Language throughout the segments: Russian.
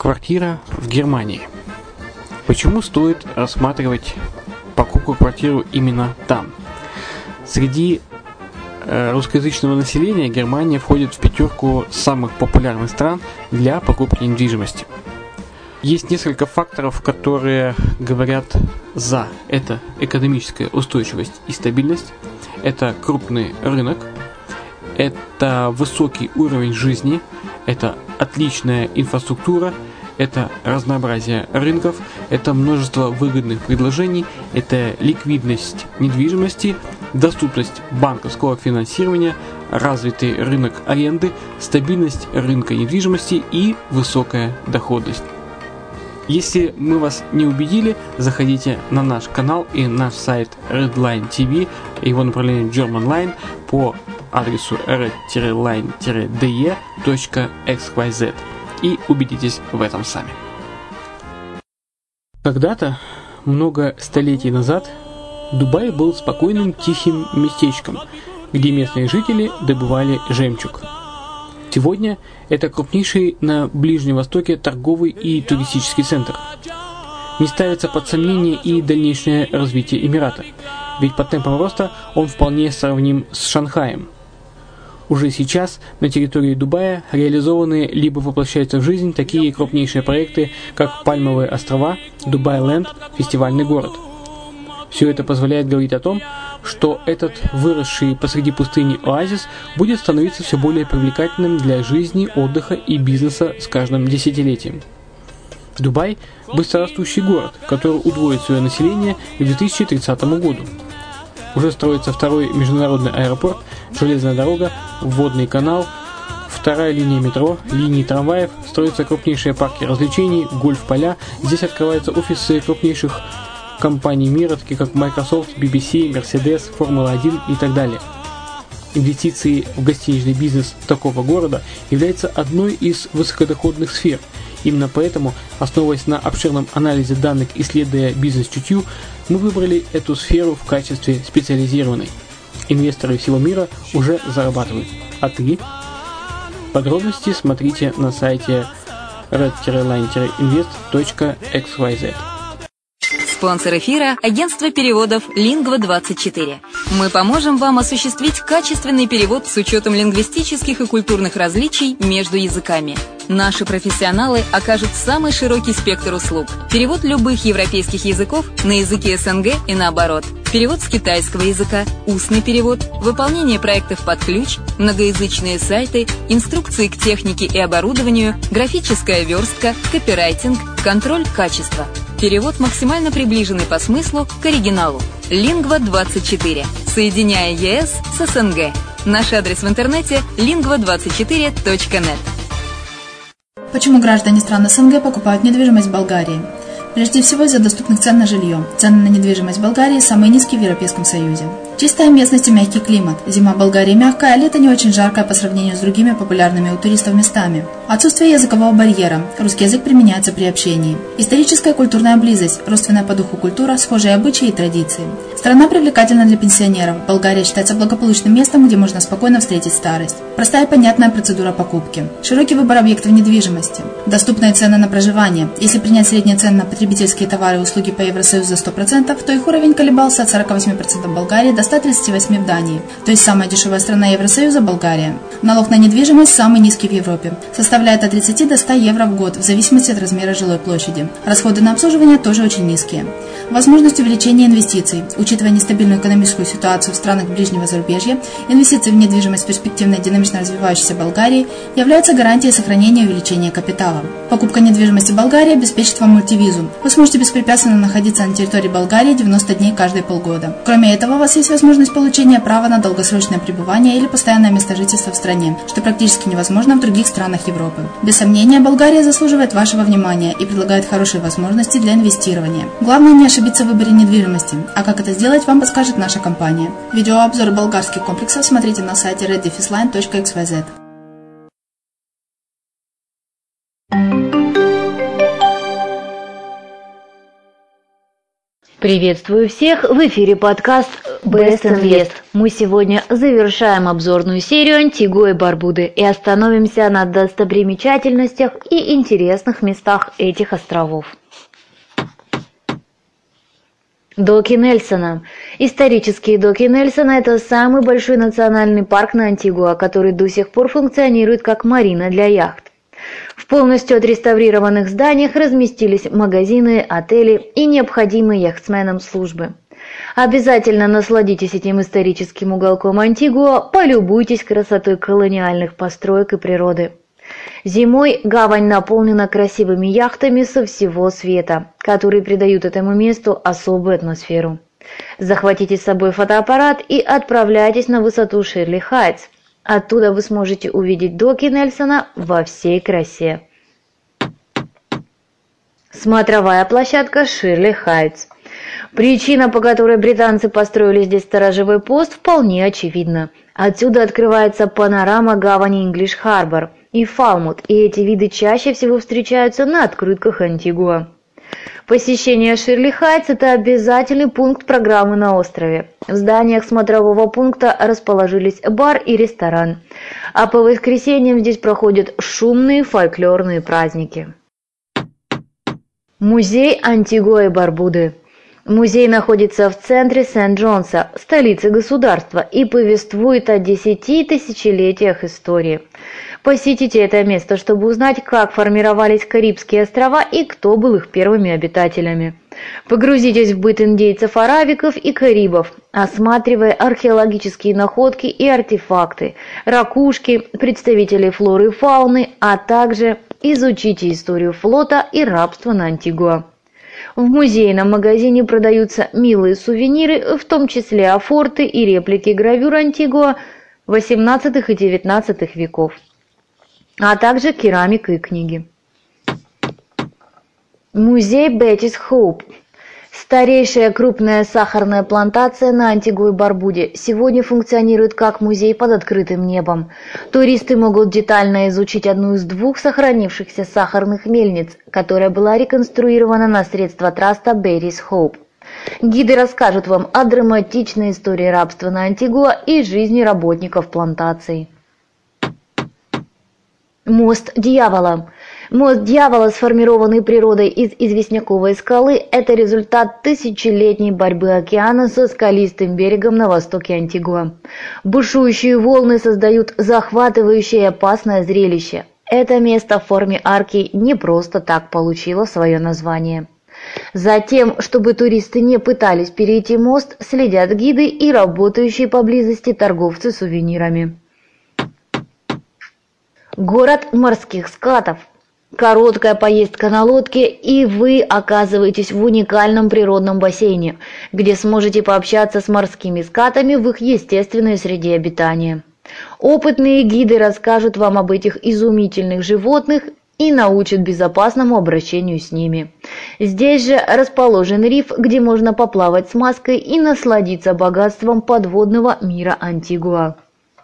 Квартира в Германии. Почему стоит рассматривать покупку квартиры именно там? Среди русскоязычного населения Германия входит в пятерку самых популярных стран для покупки недвижимости. Есть несколько факторов, которые говорят за. Это экономическая устойчивость и стабильность, это крупный рынок, это высокий уровень жизни, это отличная инфраструктура, это разнообразие рынков, это множество выгодных предложений, это ликвидность недвижимости, доступность банковского финансирования, развитый рынок аренды, стабильность рынка недвижимости и высокая доходность. Если мы вас не убедили, заходите на наш канал и наш сайт Redline TV, его направление German Line по адресу red-line-de.xyz и убедитесь в этом сами. Когда-то, много столетий назад, Дубай был спокойным тихим местечком, где местные жители добывали жемчуг. Сегодня это крупнейший на Ближнем Востоке торговый и туристический центр. Не ставится под сомнение и дальнейшее развитие Эмирата, ведь по темпам роста он вполне сравним с Шанхаем. Уже сейчас на территории Дубая реализованы либо воплощаются в жизнь такие крупнейшие проекты, как Пальмовые острова, Дубай-Ленд, фестивальный город. Все это позволяет говорить о том, что этот выросший посреди пустыни оазис будет становиться все более привлекательным для жизни, отдыха и бизнеса с каждым десятилетием. Дубай – быстрорастущий город, который удвоит свое население к 2030 году. Уже строится второй международный аэропорт, железная дорога, водный канал, вторая линия метро, линии трамваев, строятся крупнейшие парки развлечений, гольф-поля. Здесь открываются офисы крупнейших компаний мира, таких как Microsoft, BBC, Mercedes, Формула-1 и так далее. Инвестиции в гостиничный бизнес такого города являются одной из высокодоходных сфер. Именно поэтому, основываясь на обширном анализе данных, исследуя бизнес-чутью, мы выбрали эту сферу в качестве специализированной. Инвесторы всего мира уже зарабатывают. А ты? Подробности смотрите на сайте red-line-invest.xyz. Спонсор эфира – агентство переводов Lingva24. Мы поможем вам осуществить качественный перевод с учетом лингвистических и культурных различий между языками. Наши профессионалы окажут самый широкий спектр услуг. Перевод любых европейских языков на языки СНГ и наоборот. Перевод с китайского языка, устный перевод, выполнение проектов под ключ, многоязычные сайты, инструкции к технике и оборудованию, графическая верстка, копирайтинг, контроль качества. Перевод максимально приближенный по смыслу к оригиналу. Lingva24. Соединяя ЕС с СНГ. Наш адрес в интернете lingva24.net. Почему граждане стран СНГ покупают недвижимость в Болгарии? Прежде всего из-за доступных цен на жилье. Цены на недвижимость в Болгарии самые низкие в Европейском Союзе. Чистая местность и мягкий климат. Зима в Болгарии мягкая, а лето не очень жаркое по сравнению с другими популярными у туристов местами. Отсутствие языкового барьера. Русский язык применяется при общении. Историческая и культурная близость. Родственная по духу культура, схожие обычаи и традиции. Страна привлекательна для пенсионеров. Болгария считается благополучным местом, где можно спокойно встретить старость. Простая и понятная процедура покупки. Широкий выбор объектов недвижимости. Доступные цены на проживание. Если принять средние цены на потребительские товары и услуги по Евросоюзу за 100%, то их уровень колебался от 48% в Болгарии до 138% в Дании. То есть самая дешевая страна Евросоюза – Болгария. Налог на недвижимость самый низкий в Европе. Составляет от 30 до 100 евро в год, в зависимости от размера жилой площади. Расходы на обслуживание тоже очень низкие. Возможность увеличения инвестиций. Учитывая нестабильную экономическую ситуацию в странах ближнего зарубежья, инвестиции в недвижимость в перспективной динамично развивающейся Болгарии являются гарантией сохранения и увеличения капитала. Покупка недвижимости в Болгарии обеспечит вам мультивизу. Вы сможете беспрепятственно находиться на территории Болгарии 90 дней каждые полгода. Кроме этого, у вас есть возможность получения права на долгосрочное пребывание или постоянное место жительства в стране, что практически невозможно в других странах Европы. Без сомнения, Болгария заслуживает вашего внимания и предлагает хорошие возможности для инвестирования. Главное не ошибиться в выборе недвижимости, а как это сделать, вам подскажет наша компания. Видеообзор болгарских комплексов смотрите на сайте red-line.xyz. Приветствую всех! В эфире подкаст Best Invest. Мы сегодня завершаем обзорную серию Антигуа и Барбуды и остановимся на достопримечательностях и интересных местах этих островов. Доки Нельсона. Исторические доки Нельсона – это самый большой национальный парк на Антигуа, который до сих пор функционирует как марина для яхт. В полностью отреставрированных зданиях разместились магазины, отели и необходимые яхтсменам службы. Обязательно насладитесь этим историческим уголком Антигуа, полюбуйтесь красотой колониальных построек и природы. Зимой гавань наполнена красивыми яхтами со всего света, которые придают этому месту особую атмосферу. Захватите с собой фотоаппарат и отправляйтесь на высоту Ширли Хайтс. Оттуда вы сможете увидеть доки Нельсона во всей красе. Смотровая площадка Ширли Хайтс. Причина, по которой британцы построили здесь сторожевой пост, вполне очевидна. Отсюда открывается панорама гавани Инглиш-Харбор и Фалмут, и эти виды чаще всего встречаются на открытках Антигуа. Посещение Ширли Хайтс – это обязательный пункт программы на острове. В зданиях смотрового пункта расположились бар и ресторан, а по воскресеньям здесь проходят шумные фольклорные праздники. Музей Антигуа и Барбуды. Музей находится в центре Сент-Джонса, столице государства, и повествует о 10 тысячелетиях истории. Посетите это место, чтобы узнать, как формировались Карибские острова и кто был их первыми обитателями. Погрузитесь в быт индейцев-аравиков и карибов, осматривая археологические находки и артефакты, ракушки, представителей флоры и фауны, а также изучите историю флота и рабства на Антигуа. В музейном магазине продаются милые сувениры, в том числе афорты и реплики гравюр Антигуа XVIII и XIX веков, а также керамика и книги. Музей Беттис Хоуп. Старейшая крупная сахарная плантация на Антигуа и Барбуде сегодня функционирует как музей под открытым небом. Туристы могут детально изучить одну из 2 сохранившихся сахарных мельниц, которая была реконструирована на средства траста Беттис Хоуп. Гиды расскажут вам о драматичной истории рабства на Антигуа и жизни работников плантаций. Мост Дьявола. Мост Дьявола, сформированный природой из известняковой скалы, это результат тысячелетней борьбы океана со скалистым берегом на востоке Антигуа. Бушующие волны создают захватывающее и опасное зрелище. Это место в форме арки не просто так получило свое название. Затем, чтобы туристы не пытались перейти мост, следят гиды и работающие поблизости торговцы сувенирами. Город морских скатов. Короткая поездка на лодке, и вы оказываетесь в уникальном природном бассейне, где сможете пообщаться с морскими скатами в их естественной среде обитания. Опытные гиды расскажут вам об этих изумительных животных и научат безопасному обращению с ними. Здесь же расположен риф, где можно поплавать с маской и насладиться богатством подводного мира Антигуа.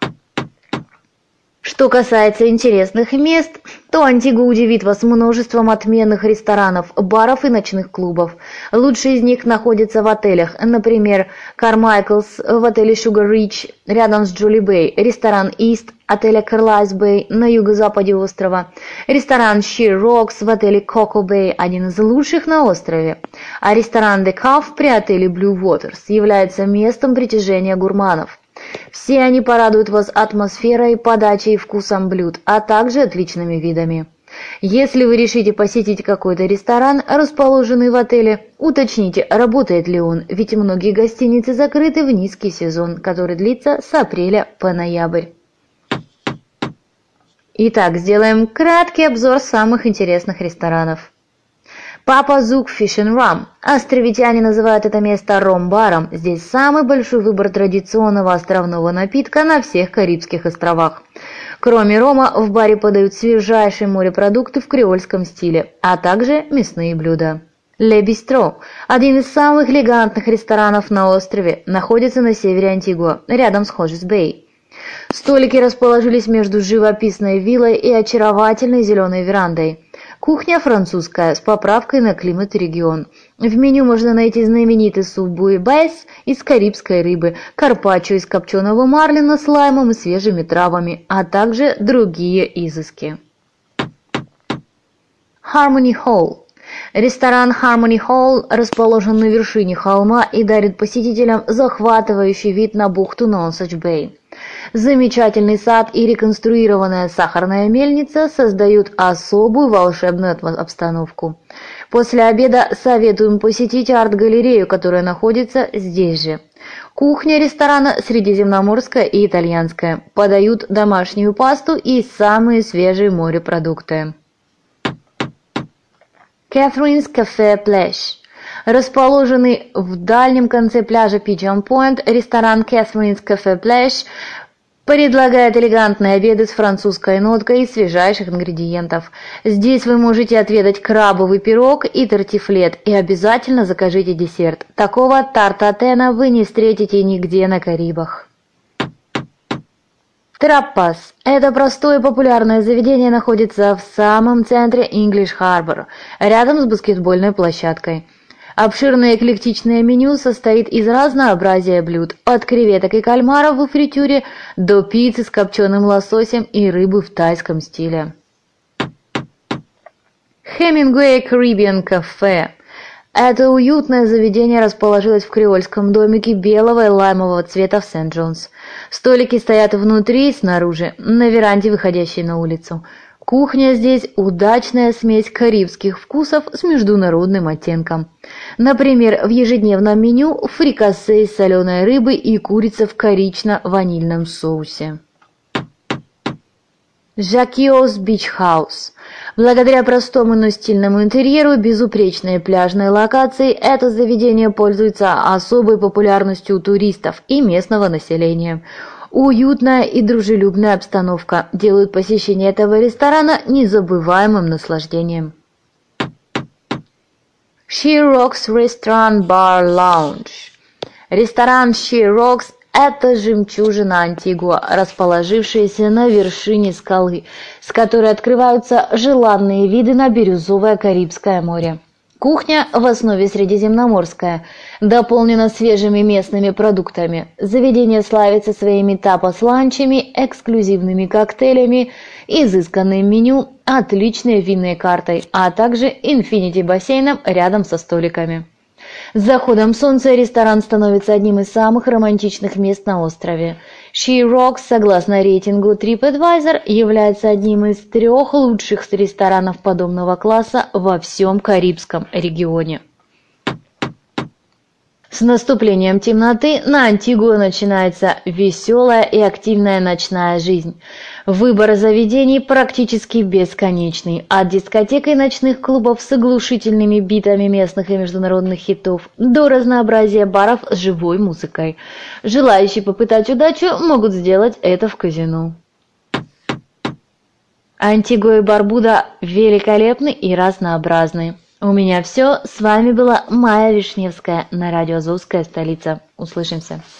Что касается интересных мест, то Антигуа удивит вас множеством отменных ресторанов, баров и ночных клубов. Лучшие из них находятся в отелях, например, Carmichael's в отеле Sugar Ridge рядом с Джоли Бэй, ресторан East отеля Carlisle Bay на юго-западе острова, ресторан Sheer Rocks в отеле Coco Bay, один из лучших на острове, а ресторан The Cove при отеле Blue Waters является местом притяжения гурманов. Все они порадуют вас атмосферой, подачей и вкусом блюд, а также отличными видами. Если вы решите посетить какой-то ресторан, расположенный в отеле, уточните, работает ли он, ведь многие гостиницы закрыты в низкий сезон, который длится с апреля по ноябрь. Итак, сделаем краткий обзор самых интересных ресторанов. Папа Зук Fish and Rum. Островитяне называют это место ром-баром. Здесь самый большой выбор традиционного островного напитка на всех Карибских островах. Кроме рома, в баре подают свежайшие морепродукты в креольском стиле, а также мясные блюда. Le Bistro, один из самых элегантных ресторанов на острове, находится на севере Антигуа, рядом с Ходжес-Бэй. Столики расположились между живописной виллой и очаровательной зеленой верандой. Кухня французская с поправкой на климат и регион. В меню можно найти знаменитый суп буйбайс из карибской рыбы, карпаччо из копченого марлина с лаймом и свежими травами, а также другие изыски. Harmony Hall. Ресторан Harmony Hall расположен на вершине холма и дарит посетителям захватывающий вид на бухту Нонсач-Бэй. Замечательный сад и реконструированная сахарная мельница создают особую волшебную обстановку. После обеда советуем посетить арт-галерею, которая находится здесь же. Кухня ресторана средиземноморская и итальянская. Подают домашнюю пасту и самые свежие морепродукты. Catherine's Cafe Plage. Расположенный в дальнем конце пляжа Pigeon Point, ресторан Catherine's Cafe Plage предлагает элегантные обеды с французской ноткой из свежайших ингредиентов. Здесь вы можете отведать крабовый пирог и тартифлет, и обязательно закажите десерт. Такого тартатена вы не встретите нигде на Карибах. Траппас. Это простое и популярное заведение находится в самом центре English Harbor, рядом с баскетбольной площадкой. Обширное эклектичное меню состоит из разнообразия блюд, от креветок и кальмаров в фритюре до пиццы с копченым лососем и рыбы в тайском стиле. Hemingway Caribbean Cafe. Это уютное заведение расположилось в креольском домике белого и лаймового цвета в Сент-Джонс. Столики стоят внутри и снаружи, на веранде, выходящей на улицу. Кухня здесь удачная смесь карибских вкусов с международным оттенком. Например, в ежедневном меню фрикасе из соленой рыбы и курица в корично-ванильном соусе. Jacquios Beach House. Благодаря простому, но стильному интерьеру, безупречной пляжной локации, это заведение пользуется особой популярностью у туристов и местного населения. Уютная и дружелюбная обстановка делают посещение этого ресторана незабываемым наслаждением. She Rocks Restaurant Bar Lounge. Ресторан She Rocks – это жемчужина Антигуа, расположившаяся на вершине скалы, с которой открываются желанные виды на бирюзовое Карибское море. Кухня в основе средиземноморская, дополнена свежими местными продуктами. Заведение славится своими тапос-ланчами, эксклюзивными коктейлями, изысканным меню, отличной винной картой, а также инфинити-бассейном рядом со столиками. С заходом солнца ресторан становится одним из самых романтичных мест на острове. She Rocks, согласно рейтингу TripAdvisor, является одним из 3 лучших ресторанов подобного класса во всем Карибском регионе. С наступлением темноты на Антигуа начинается веселая и активная ночная жизнь. Выбор заведений практически бесконечный, от дискотек и ночных клубов с оглушительными битами местных и международных хитов до разнообразия баров с живой музыкой. Желающие попытать удачу могут сделать это в казино. Антигуа и Барбуда великолепны и разнообразны. У меня все. С вами была Майя Вишневская на радио «Азовская столица». Услышимся.